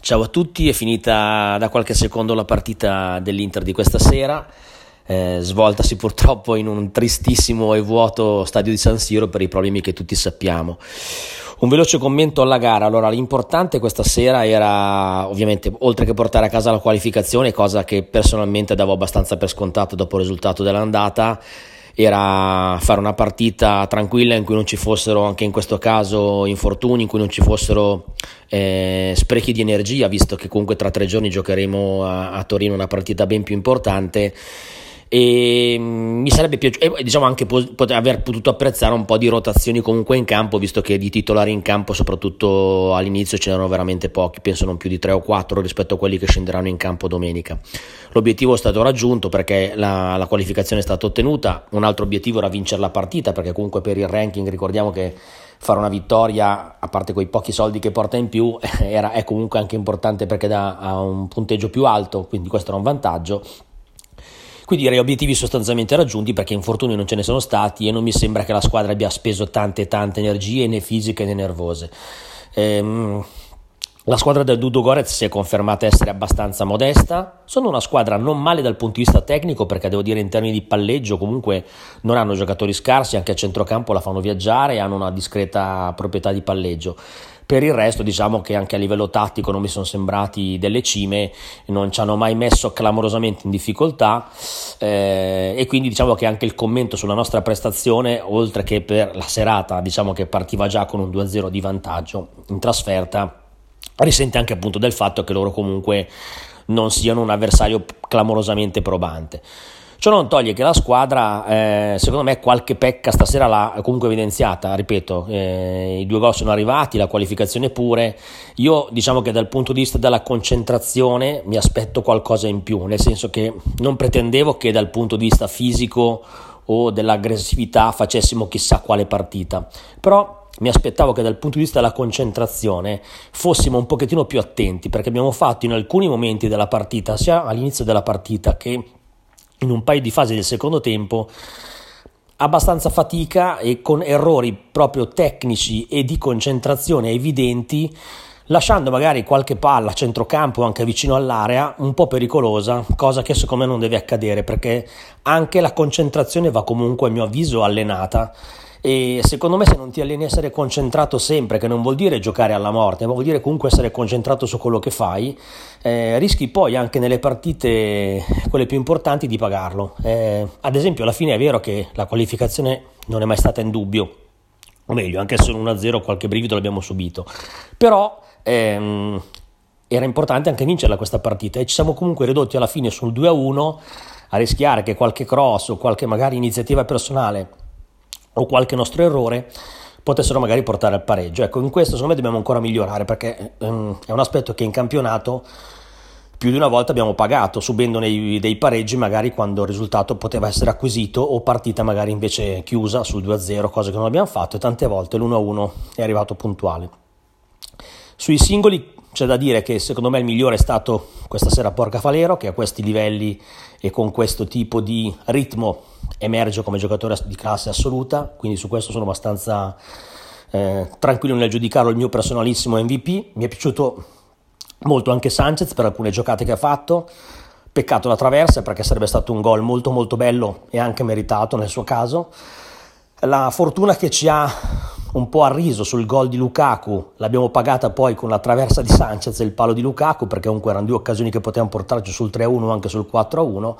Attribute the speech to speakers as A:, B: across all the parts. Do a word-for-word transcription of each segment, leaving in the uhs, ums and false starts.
A: Ciao a tutti, è finita da qualche secondo la partita dell'Inter di questa sera, eh, svoltasi purtroppo in un tristissimo e vuoto stadio di San Siro per i problemi che tutti sappiamo. Un veloce commento alla gara. Allora, l'importante questa sera era ovviamente, oltre che portare a casa la qualificazione, cosa che personalmente davo abbastanza per scontato dopo il risultato dell'andata, era fare una partita tranquilla in cui non ci fossero, anche in questo caso, infortuni, in cui non ci fossero eh, sprechi di energia, visto che comunque tra tre giorni giocheremo a, a Torino una partita ben più importante. E mi sarebbe piaciuto, diciamo, anche pot- aver potuto apprezzare un po' di rotazioni comunque in campo, visto che di titolari in campo, soprattutto all'inizio, ce n'erano veramente pochi, penso non più di tre o quattro rispetto a quelli che scenderanno in campo domenica. L'obiettivo è stato raggiunto perché la, la qualificazione è stata ottenuta. Un altro obiettivo era vincere la partita, perché comunque per il ranking ricordiamo che fare una vittoria, a parte quei pochi soldi che porta in più, era, è comunque anche importante perché dà a un punteggio più alto, quindi questo era un vantaggio. Quindi direi obiettivi sostanzialmente raggiunti, perché infortuni non ce ne sono stati e non mi sembra che la squadra abbia speso tante tante energie, né fisiche né nervose. Ehm, la squadra del Ludogorets si è confermata essere abbastanza modesta. Sono una squadra non male dal punto di vista tecnico, perché devo dire in termini di palleggio comunque non hanno giocatori scarsi, anche a centrocampo la fanno viaggiare e hanno una discreta proprietà di palleggio. Per il resto diciamo che anche a livello tattico non mi sono sembrati delle cime, non ci hanno mai messo clamorosamente in difficoltà, eh, e quindi diciamo che anche il commento sulla nostra prestazione, oltre che per la serata, diciamo che partiva già con un due a zero di vantaggio in trasferta, risente anche appunto del fatto che loro comunque non siano un avversario clamorosamente probante. Ciò non toglie che la squadra, eh, secondo me, qualche pecca stasera l'ha comunque evidenziata. Ripeto, eh, i due gol sono arrivati, la qualificazione pure. Io diciamo che dal punto di vista della concentrazione mi aspetto qualcosa in più, nel senso che non pretendevo che dal punto di vista fisico o dell'aggressività facessimo chissà quale partita, però mi aspettavo che dal punto di vista della concentrazione fossimo un pochettino più attenti, perché abbiamo fatto in alcuni momenti della partita, sia all'inizio della partita che in un paio di fasi del secondo tempo, abbastanza fatica e con errori proprio tecnici e di concentrazione evidenti, lasciando magari qualche palla a centrocampo anche vicino all'area un po' pericolosa, cosa che secondo me non deve accadere, perché anche la concentrazione va comunque, a mio avviso, allenata. E secondo me se non ti alleni a essere concentrato sempre, che non vuol dire giocare alla morte, ma vuol dire comunque essere concentrato su quello che fai, eh, rischi poi anche nelle partite, quelle più importanti, di pagarlo. Eh, ad esempio alla fine è vero che la qualificazione non è mai stata in dubbio, o meglio, anche se un uno a zero qualche brivido l'abbiamo subito, però ehm, era importante anche vincerla questa partita e ci siamo comunque ridotti alla fine sul due a uno, a rischiare che qualche cross o qualche magari iniziativa personale o qualche nostro errore potessero magari portare al pareggio. Ecco, in questo secondo me dobbiamo ancora migliorare, perché um, è un aspetto che in campionato più di una volta abbiamo pagato, subendo nei, dei pareggi magari quando il risultato poteva essere acquisito o partita magari invece chiusa sul due a zero, cosa che non abbiamo fatto, e tante volte l'uno a uno è arrivato puntuale. Sui singoli c'è da dire che secondo me il migliore è stato questa sera Porcafalero, che a questi livelli e con questo tipo di ritmo emerge come giocatore di classe assoluta, quindi su questo sono abbastanza eh, tranquillo nel giudicarlo, il mio personalissimo M V P. Mi è piaciuto molto anche Sanchez per alcune giocate che ha fatto, peccato la traversa, perché sarebbe stato un gol molto molto bello e anche meritato nel suo caso. La fortuna che ci ha un po' arriso sul gol di Lukaku l'abbiamo pagata poi con la traversa di Sanchez e il palo di Lukaku, perché comunque erano due occasioni che potevano portarci sul tre a uno o anche sul quattro a uno.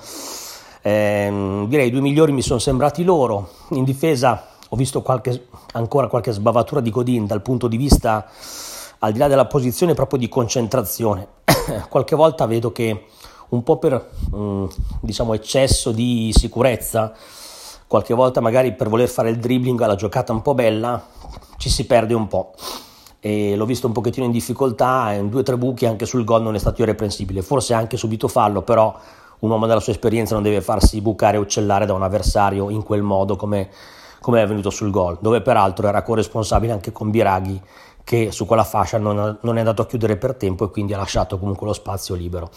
A: Eh, direi i due migliori mi sono sembrati loro. In difesa ho visto qualche, ancora qualche sbavatura di Godin dal punto di vista, al di là della posizione, proprio di concentrazione. Qualche volta vedo che un po' per mh, diciamo eccesso di sicurezza, qualche volta magari per voler fare il dribbling alla giocata un po' bella, ci si perde un po', e l'ho visto un pochettino in difficoltà, in due o tre buchi anche sul gol non è stato irreprensibile, forse anche subito fallo, però un uomo della sua esperienza non deve farsi bucare e uccellare da un avversario in quel modo come, come è avvenuto sul gol, dove peraltro era corresponsabile anche con Biraghi, che su quella fascia non, non è andato a chiudere per tempo e quindi ha lasciato comunque lo spazio libero.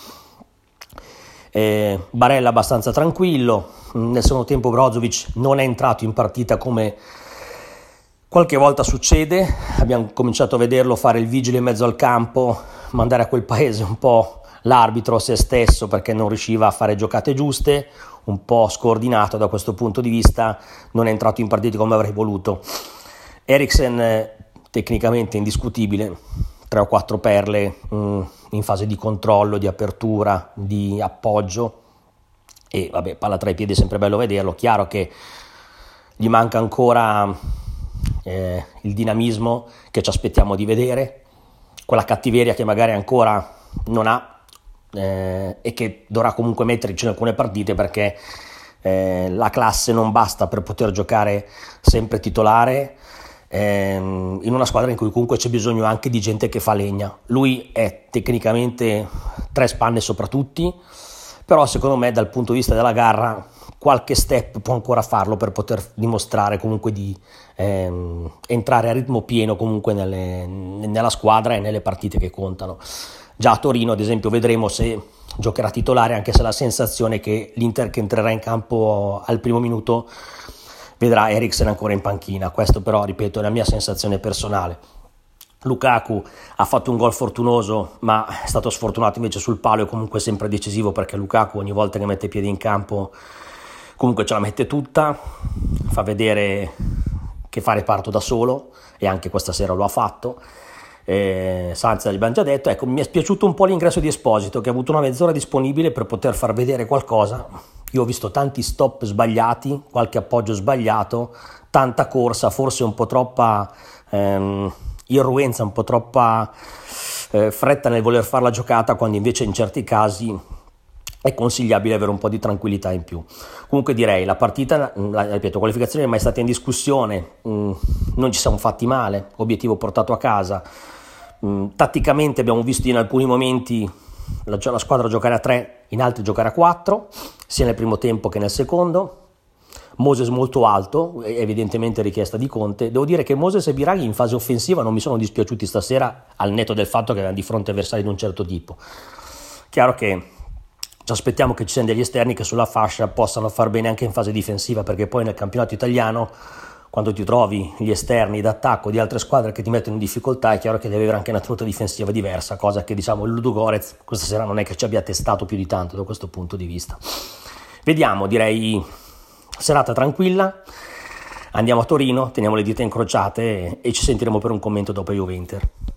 A: Eh, Barella abbastanza tranquillo, nel secondo tempo Brozovic non è entrato in partita come qualche volta succede, abbiamo cominciato a vederlo fare il vigile in mezzo al campo mandare a quel paese un po' l'arbitro se stesso perché non riusciva a fare giocate giuste, un po' scordinato da questo punto di vista, non è entrato in partite come avrei voluto. Eriksen tecnicamente indiscutibile, tre o quattro perle mh, in fase di controllo, di apertura, di appoggio, e vabbè, palla tra i piedi è sempre bello vederlo. Chiaro che gli manca ancora eh, il dinamismo che ci aspettiamo di vedere, quella cattiveria che magari ancora non ha eh, e che dovrà comunque metterci in alcune partite, perché eh, la classe non basta per poter giocare sempre titolare eh, in una squadra in cui comunque c'è bisogno anche di gente che fa legna. Lui è tecnicamente tre spanne sopra tutti, però secondo me dal punto di vista della gara qualche step può ancora farlo per poter dimostrare comunque di ehm, entrare a ritmo pieno comunque nelle, nella squadra e nelle partite che contano. Già a Torino ad esempio vedremo se giocherà titolare, anche se la sensazione è che l'Inter che entrerà in campo al primo minuto vedrà Eriksen ancora in panchina. Questo però, ripeto, è la mia sensazione personale. Lukaku ha fatto un gol fortunoso, ma è stato sfortunato invece sul palo, e comunque sempre decisivo, perché Lukaku ogni volta che mette piedi in campo comunque ce la mette tutta, fa vedere che fa reparto da solo, e anche questa sera lo ha fatto. Eh, Sanza gli abbiamo già detto. Ecco, mi è piaciuto un po' l'ingresso di Esposito, che ha avuto una mezz'ora disponibile per poter far vedere qualcosa. Io ho visto tanti stop sbagliati, qualche appoggio sbagliato, tanta corsa, forse un po' troppa ehm, irruenza, un po' troppa eh, fretta nel voler fare la giocata, quando invece in certi casi è consigliabile avere un po' di tranquillità in più. Comunque direi, la partita, la, ripeto, qualificazione non è mai stata in discussione, mh, non ci siamo fatti male, obiettivo portato a casa. Mh, tatticamente abbiamo visto in alcuni momenti la, la squadra giocare a tre, in altri giocare a quattro, sia nel primo tempo che nel secondo. Moses molto alto, evidentemente richiesta di Conte. Devo dire che Moses e Biraghi in fase offensiva non mi sono dispiaciuti stasera, al netto del fatto che erano di fronte a avversari di un certo tipo. Chiaro che ci aspettiamo che ci siano degli esterni che sulla fascia possano far bene anche in fase difensiva, perché poi nel campionato italiano, quando ti trovi gli esterni d'attacco di altre squadre che ti mettono in difficoltà, è chiaro che devi avere anche una tenuta difensiva diversa, cosa che diciamo il Ludogorets questa sera non è che ci abbia testato più di tanto da questo punto di vista. Vediamo, direi serata tranquilla, andiamo a Torino, teniamo le dita incrociate e ci sentiremo per un commento dopo Juve Inter.